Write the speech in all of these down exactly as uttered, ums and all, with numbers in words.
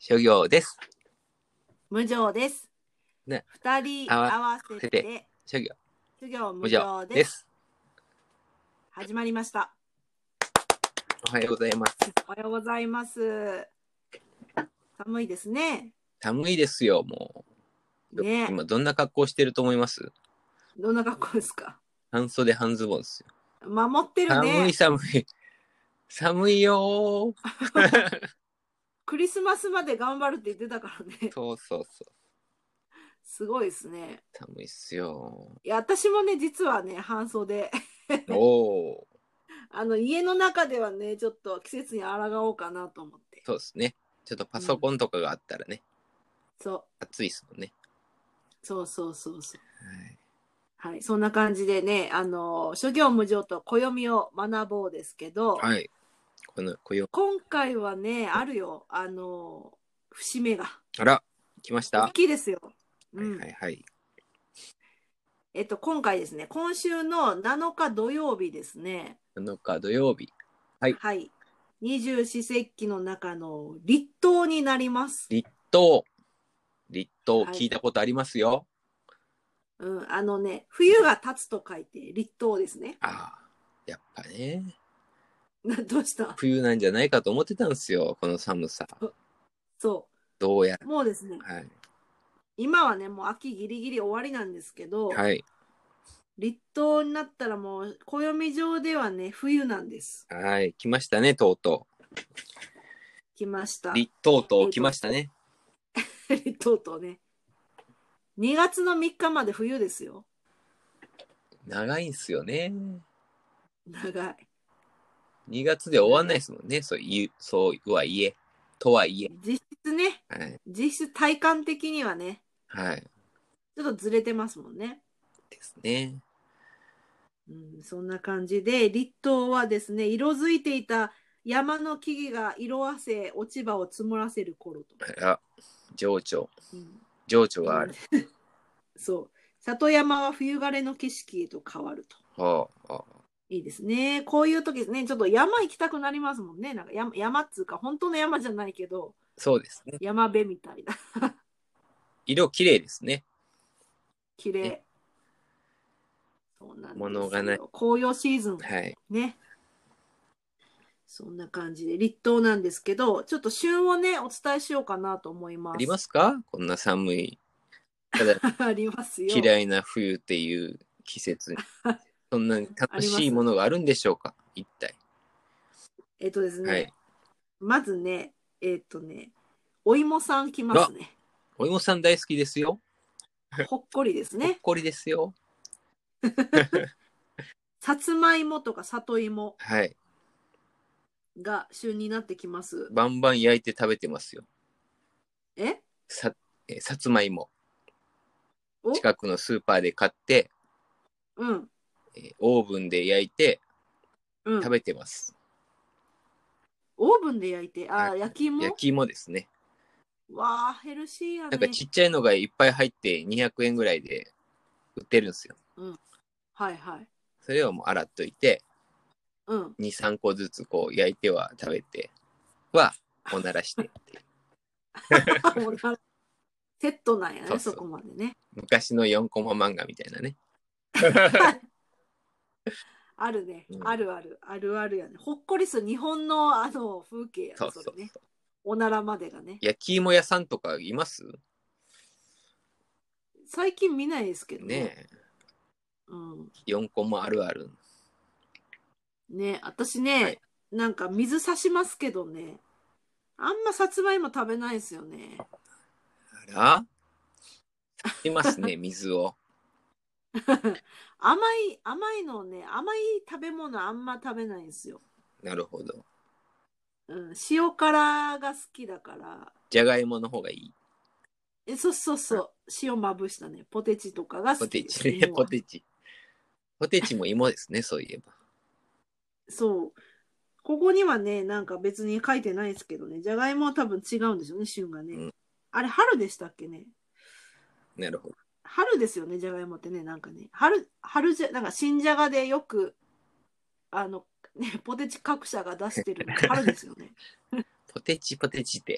諸行です。 無常です。 ね、 二人合わせて諸行諸行無無常常です。 です。 始まりました。 おはようございます。 おはようございます。寒いですね。 寒いですよ、もう。 ね。 今どんな格好してると思います？ どんな格好ですか？ 半袖半ズボンですよ。 守ってるね。 寒い寒い。寒いよクリスマスまで頑張るって言ってたからね。 そうそうそう。 すごいですね。 寒いっすよ。 いや、私もね、実はね、半袖。 おお。 あの、家の中ではね、ちょっと季節に抗おうかなと思って。 そうですね。ちょっとパソコンとかがあったらね。 うん、そう。 暑いっすもんね。 そうそうそうそう。 はいはい、そんな感じでね、あの、諸行無常と暦を学ぼうですけど、 はい。この暦。 今回はね、あるよ、あの、節目が。 あら、来ました。 大きいですよ。 はいはいはい。 えっと、今回ですね、今週のなのか土曜日ですね。 なのか土曜日。はい。 はい。二十四節気の中の立冬になります。 立冬。立冬、 はい、 聞いたことありますよ。 うん、あのね、冬が経つと書いて立冬ですね。 ああ、やっぱね。 どうした？ 冬なんじゃないかと思ってたんですよ、この寒さ。 そう。 どうやら。 もうですね、 はい。 今はね、もう秋ギリギリ終わりなんですけど、 はい。 立冬になったらもう暦上ではね、冬なんです。 はい。来ましたね、とうと来ましう。 た。 立冬と来ましたね。 立冬とね。にがつのみっかまで冬ですよ。 長いんすよね。 長い。 にがつで終わんないですもんね、そういう、そうはいえ。とはいえ。 実質ね、 はい。 実質体感的にはね、 はい。 ちょっとずれてますもんね。 ですね。 うん、そんな感じで、立冬はですね、色づいていた山の木々が色あせ、落ち葉を積もらせる頃と。 あ、情緒。 うん情緒がある。 うん、そう。里山は冬枯れの景色へと変わると。 はあ、はあ。 いいですね。こういう時ですね、ちょっと山行きたくなりますもんね。なんか山、山っつうか、本当の山じゃないけど、 そうですね。 山辺みたいな。 色綺麗ですね。 綺麗。 ね、 そうなんです物がない。 よ。紅葉シーズン。 はい。 ね。そんな感じで、立冬なんですけど、ちょっと旬をね、お伝えしようかなと思いありまます。 すか？こんな寒い。ただ、 ありますよ。 嫌いな冬っていう季節に。そんなに楽あります。 しいものがあるんでしょうか、一体。 えっとですね、 はい。 まずね、えっとね、お芋さん来まあ、 すね。 お芋さん大好きですよ。 ほっこりですね。 ほっこりですよ。 さつまいもとか里芋はい。 が旬になってきます。 バンバン焼いて食べてますよ。 えさ、えさつまいも。 お近くのスーパーで買って、 うん。 えオーブンで焼いてうん。 食べてます。 オーブンで焼いて、 はい。 あ、焼き芋焼き芋ですね。 わあ、ヘルシーやね。 なんかちっちゃいのがいっぱい入ってにひゃくえんぐらいで売ってるんですよ。 うん。はいはい。 それをもう洗っといて、 うん。 に、さんこずつこう焼いては食べてはおならしてって。 セットなんやね、 そうそう。 そこまでね。 昔のよんコマ漫画みたいなね。 あるね。 うん、 あるある。あるあるやね。ほっこりする日本のあの風景やね、 そうそれね。 そうそう。 おならまでがね。 焼き芋屋さんとかいます？ 最近見ないですけどね。 ねえ。 うん。 よんコマあるある。 ね、私はい。 ね、なんか水差しますけどね、あんまさつまいも食べないですよね。 あらいますね、水を。 甘い、甘いのね、甘い食べ物あんま食べないんですよ。 なるほど。 うん、塩辛が好きだから。 じゃがいもの方がいい。 え、そうそうそう。塩まぶしたね、ポテチとかがポ好きです、 テチね、 芋は。 ポテチ。ポテチも芋ですね、そういえば。 そう。ここにはね、なんか別に書いてないですけどね、じゃがいもは多分違うんですよね、旬がね。 うん、 あれ、春でしたっけね。 なるほど。 春ですよね、じゃがいもってね、なんかね。春、春じゃ、なんか新じゃがでよく、あの、ね、ポテチ各社が出してるの、春ですよね。 ポテチポテチって。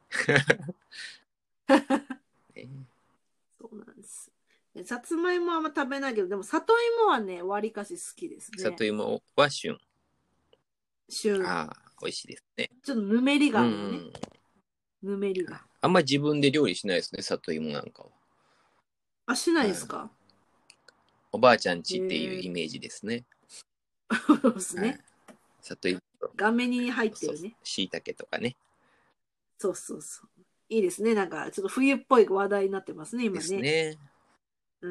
ねそうなんです。でさつまいもはあんま食べないけど、でも里芋はね、わりかし好きですね。 里芋は旬。 旬。 ああ、美味しいですね。 ちょっとぬめりがうあるよね。 ん。 ぬめりが。 あんま自分で料理しないですね、里芋なんかあ、しないは。はい。 ですか？ おばあちゃんへ家っていうえ。 イメージですね。 そうですはい。 ね。 里芋と、 顔面に入ってそう、 るね。 しいたけとかね。 そうそうそう。いいですね。なんか、ちょっと冬っぽい話題になってますね、 で今ね。 すね。 うん。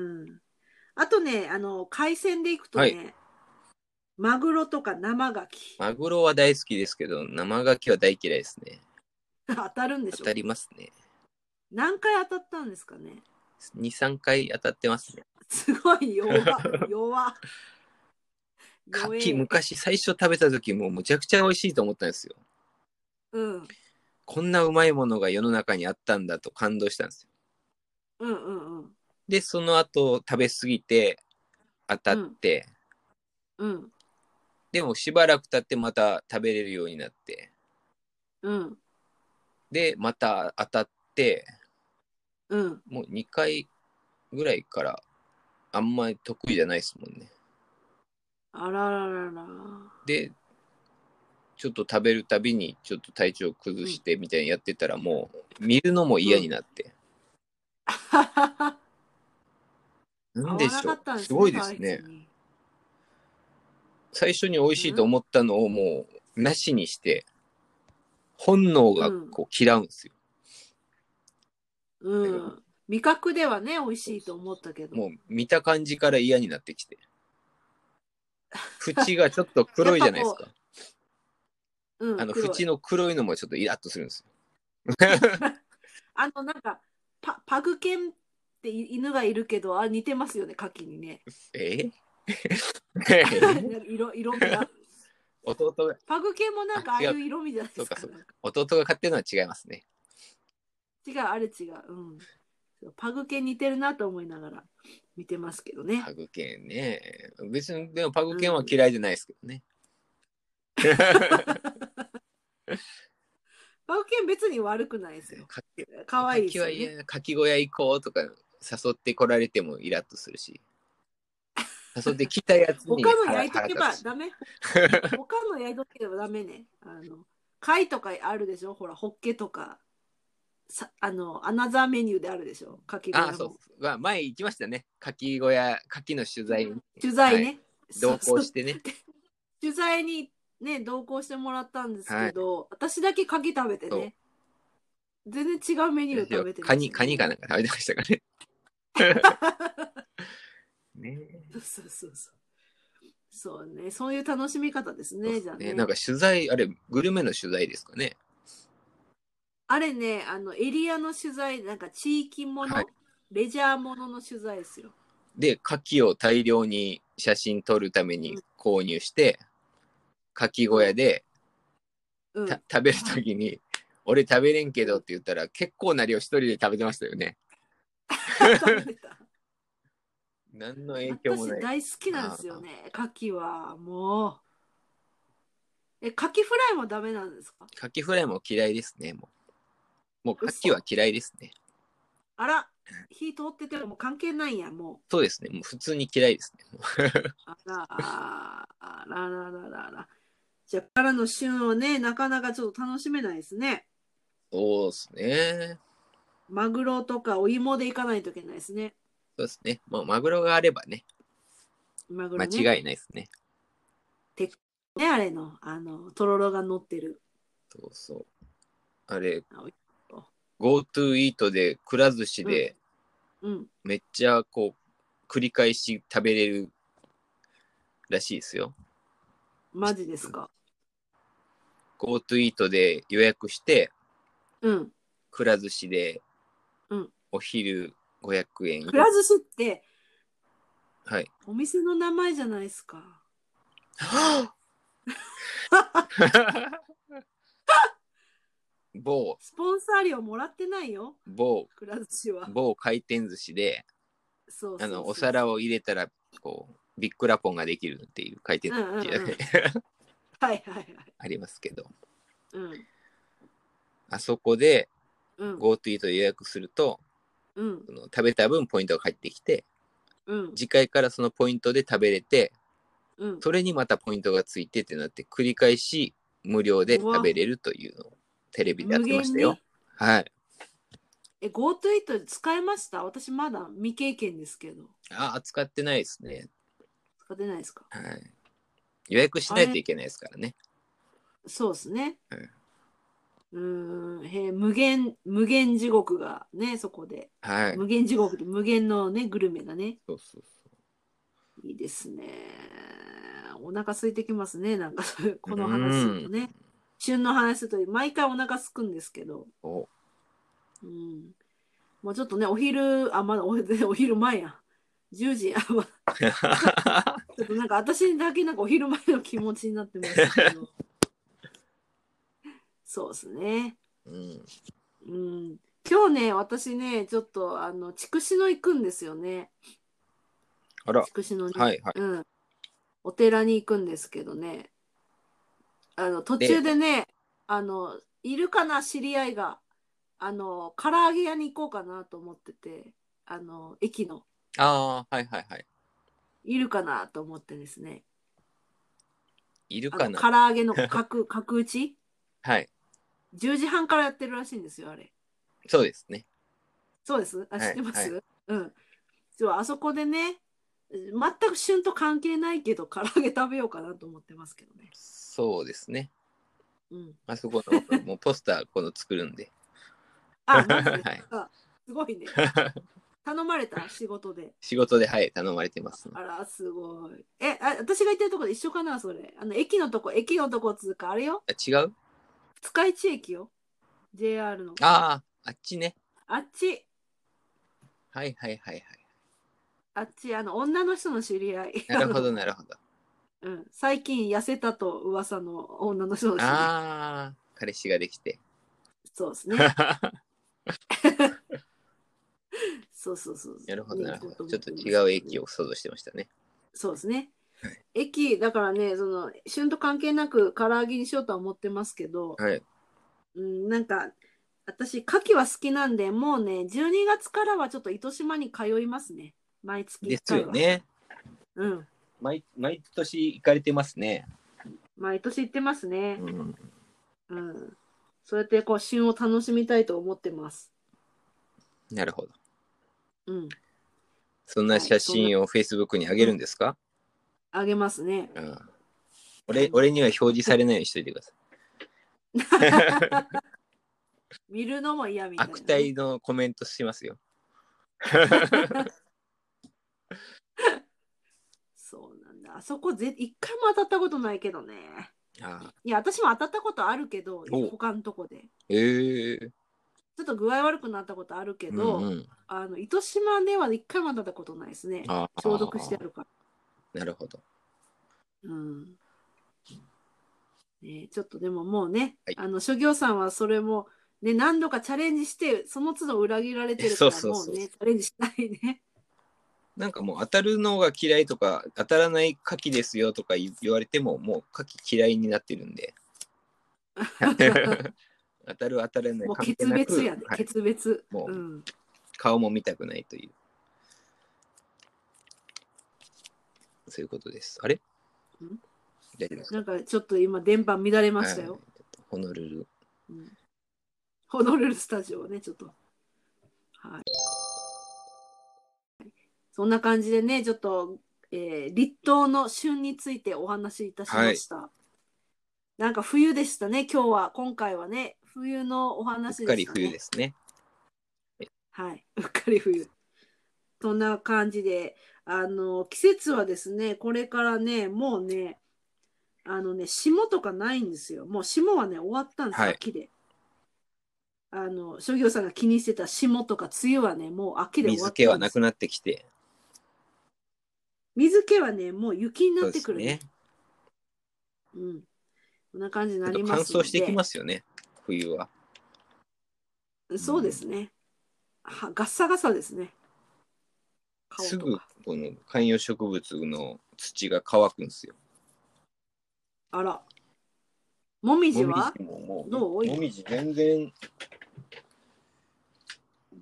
あとね、あの、海鮮で行くとはい。 ね、マグロとか生牡蠣。 マグロは大好きですけど、生牡蠣は大嫌いですね。 当たるんでしょ？ 当たりますね。 何回当たったんですかね？ に、さんかい当たってますね。 すごい弱、弱、 牡蠣、 弱え。 昔最初食べた時もうむちゃくちゃ美味しいと思ったんですよ。 うん。 こんなうまいものが世の中にあったんだと感動したんですよ。 うんうんうん。 で、その後食べ過ぎて当たうん。 って、 うん。 でもしばらく経ってまた食べれるようになって、 うん。 で、また当たって、 うん。 もうにかいぐらいからあんまり得意じゃないですもんね。 あらららら。 で、ちょっと食べるたびにちょっと体調崩うん。 してみたいにやってたらもう見るのもうん。 嫌になって。なん合わなかでしょう。 ったんですね、 すごいですタイツね。 に。 最初に美味しいとうん。 思ったのをもうなしにして、本能がうん。 こう嫌うんですよ。 うん。味覚ではね、美味しいと思ったけど。 もう見た感じから嫌になってきて。縁がちょっと黒いじやっぱこゃないですか。 う、うん、 あの、 黒い。 縁の黒いのもちょっとイラッとするんですよ。 あの、なんか、パ、パグ犬って犬がいるけど、あ、似てますよね、牡蠣にね。 え色、色味が。 弟が、 パグ犬もなんあ、 かああ違う。 いう色味じゃないですか。 そうかそうか。 なんか弟が買ってるのは違いますね。 違う、あれ違う。うん。パグ犬似てるなと思いながら見てますけどね。 パグ犬ね。別に、でもパグ犬はうん。 嫌いじゃないですけどね。 パグ犬別に悪くないですよ。 かき、 可愛いですよね。 かきは嫌、かき小屋行こうとか誘ってこられてもイラッとするし、誘ってきたやつに腹他の焼いとけ腹立つし。 ばダメ。他の焼いとけばダメね。あの、貝とかあるでしょ？ほら、ホッケとか。さ、あの、アナザーメニューであるでしょ？かき小ああ、そう屋も。 そう。まあ、前行きましたね。かき小屋、かきの取材に。 取材はい。 ね。そ同うそう。 行してね。 取材にね、同行してもらったんですはい。 けど、私だけ牡蠣食べてそう。 ね。全然違うメニュー私は食べてカニ、 ましたね。 カニかなんか食べてましたからね。ねそうそうそうそう。そうね。そういう楽しみ方ですね、 そうですね。なんじゃあね。 か取材、あれ、グルメの取材ですかね。 あれね、あの、エリアの取材、なんか地域もはい。 の、レジャーものの取材ですよ。 で、牡蠣を大量に写真撮るためにうん、 購入して、牡蠣小屋そでう。うん。 た食べるときに、俺食べれんけうん。 どって言ったら、結構な量一人で食べてましたよね。 食べてた。 何の影響もない。 私大好きなんですよああ、 ね。牡蠣は。もう。え、牡蠣フライもダメなんですか？ 牡蠣フライも嫌いですね、もう。もう牡蠣は嘘。 嫌いですね。 あら、火通ってても関係ないや、もう。 そうですね、もう普通に嫌いですね。 あら、あららららら。じゃあ、からの旬をね、なかなかちょっと楽しめないですね。 そうですね。 マグロとかお芋でいかないといけないですね。 そうですね。まあ、マグロがあればね、間マグロね。 違いないですね。 てね、あれの、あの、とろろが乗ってる。 そうそう。あれ、 あ、おいしそう。 GoTo イートで、くら寿司うん、 で、 うん。 めっちゃこう、繰り返し食べれるらしいですよ。 マジですか。 GoTo イートで予約して、 うん、 くら寿司でうん。 お昼ごひゃくえん。 くら寿司って、 はい。 お店の名前じゃないですか。 某、 スポンサー料もらってないよ。 某、 くら寿司は。 某回転寿司で、 そうあの、おそうそうそう。 皿を入れたら、こう、ビックラポンができるっていう回転うんうん寿司うん。はいはいはい。 ありますけど、 うん。 あそこで、 うん GoTo イートで予約すると、 うんその食べた分ポイントが返ってきて、 うん次回からそのポイントで食べれて、 うんそれにまたポイントがついてってなって、繰り返し無料で食べれるというのをテレビでやってましたよ。はい。 え、GoTo イート使えました？私まだ未経験ですけど。 ああ、使ってないですね。 使ってないですか？ はい。予約しないといけないですからね。 そうですね。 はい、 うーん、へ無限、無限地獄がね、そこで。 はい。 無限地獄で無限のね、グルメがね。 そうそうそいいですね。お腹空いてきますね。なんか、このう。 話するうん。 とね。旬の話すると、毎回お腹空くんですけど。 おうん。もうちょっとね、お昼、あ、まだお、お昼前や。じゅうじ、あ、まちょっとなんか私だけなんかお昼前の気持ちになってますけど。そうですね。 うん。 うん。今日ね、私ね、ちょっと、あの、筑紫野行くんですよね。 あら。 筑紫野に。 はいはい。 うん。お寺に行くんですけどね。あの、途中で、 でね、あの、いるかな、知り合いが。あの、唐揚げ屋に行こうかなと思ってて、あの、駅の。 ああ、はいはいはい。 いるかなと思ってですね。あの、 いるかな。 唐揚げの角、角打ちはい。 じゅうじはんからやってるらしいんですよ、あれ。 そうですね。 そうです。あ、知っはいはい。 てます？うん。そう、あそこでね、全く旬と関係ないけど、唐揚げ食べようかなと思ってますけどね。 そうですね。 うん。 あそこの、もうポスターこの作るんで。 あ、マジではい。 か。すごいね。頼まれた仕事で。 仕事で、はい、頼まれてます、ね。 あら、すごい。え、あ、私が言ってるとこで一緒かな、それ。あの、駅のとこ、駅のとこつうか、あれよ。 あ、違う二日市駅よ。ジェイアール の。 ああ、あっちね。 あっち、 はいはいはいはい。 あっち、あの、女の人の知り合い。 なるほどあの、 なるほど。 うん。最近痩せたと噂の女の人の知り合い。 ああ、彼氏ができて。 そうですね。そうそうそう。 なるほどね、 なるほど。 行こうと思っちょっとてますけどね違う駅を想像してましたね。 そうですね。 はい。 駅、だからね、その、旬と関係なく唐揚げにしようとは思ってますけど、 はい。 うん、なんか、私、牡蠣は好きなんで、もうね、じゅうにがつからはちょっと糸島に通いますね。毎月1 です回は。 よね。 うん。 毎毎年行かれてますね。 毎年行ってますね。 うん。 うん。そうやってこう、旬を楽しみたいと思ってます。 なるほど。 うん。 そんなはい。 写そんな、 真を Facebook に上げうん。 るんですか？ あげますね。 うん。俺、俺には表示されないようにしといてください。 見るのも嫌みたい悪なね。 態のコメントしますよ。 そうなんだ。あそこぜ、一回も当たったことないけどね。 あいや、私も当たったことあるけど、 お他のとこで。 えー、 ちょっと具合悪くなったことあるけうんど、 うん。 あの、糸島では一回も当たったことないですね。 あ消毒してああ、 るから。 なるほど。 うん。ね、ちょっとでももうね、 はい。 あの、諸行さんはそれも、ね、何度かチャレンジして、その都度裏切られてるそうから、 そうそう。 もうね、チャレンジしないね。 なんかもう当たるのが嫌いとか、当たらない牡蠣ですよとか言言われても、もう牡蠣嫌いになってるんで。当たる当たらないもう関係決なく、 別やね、 はい、 決別。 もううん。 顔も見たくないという、そういうことです。あれん大丈夫ですか？ なんかちょっと今電波乱れまはい。 したよ。 ホノルル。 うん、ホノルルスタジオね、ちょっと。はい。そんな感じでね、ちょっと、えー立冬の旬についてお話しいたしはい。 ました。なんか冬でしたね、今日は。今回はね、冬のおうっ話かりでしたね。 冬ですね。 はい。うっかり冬。そんな感じで、あの、季節はですね、これからね、もうね、あのね、霜とかないんですよ。もう霜はね、終わったんです、 はい。 秋で。あの、諸行さんが気にしてた霜とか梅雨はね、もう秋で終わ水ったんです。 気はなくなってきて。 水気はね、もう雪になそうってくるね。 ですね。 うん。こんな感じにちょっとなりま乾燥してきすんで、 ますよね、冬は。 そうですね。はガッサガサですね。顔すぐとか。 この観葉植物の土が乾くんですよ。 あら。もみじもみじはももう、 どう今？ もみじ全然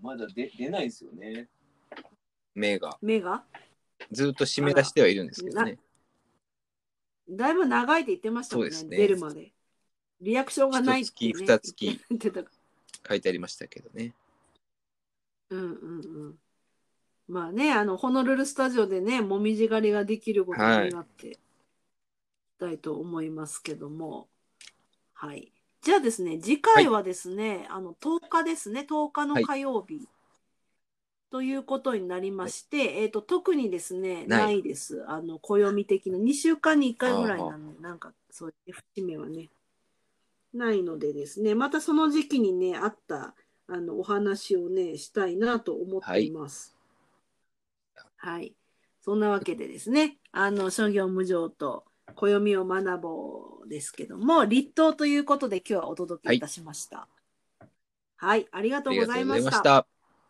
まだ出出ないですよね。目が。 目がずっと締め出してはいるんですけどね。 だいぶ長いって言ってましたもんね。 そうですね出るまで。リアクションがないって、ね。 一月、二月言ってた。 書いてありましたけどね。 うんうんうん。まあね、あの、ホノルルスタジオでね、もみじ狩りができることを願っていきたいと思いますけども。はい。はい、じゃあですね、次回はですね、はい、あの、とおかですね、とおかの火曜日。はい、ということになりまして、はい、えっと、特にですね、ない、ないです。あの、暦的なにしゅうかんにいっかいぐらいなので、なんか、そういう節目はね、ないのでですね、またその時期にね、あった、あの、お話をね、したいなと思っています。はい。はい、そんなわけでですね、あの、諸行無常と暦を学ぼうですけども、立冬ということで今日はお届けいたしました。はい、はい、ありがとうございました。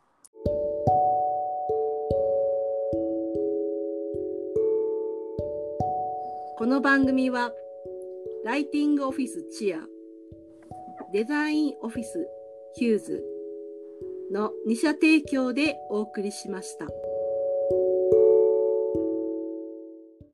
この番組はライティングオフィスチア、デザインオフィスヒューズのに社提供でお送りしました。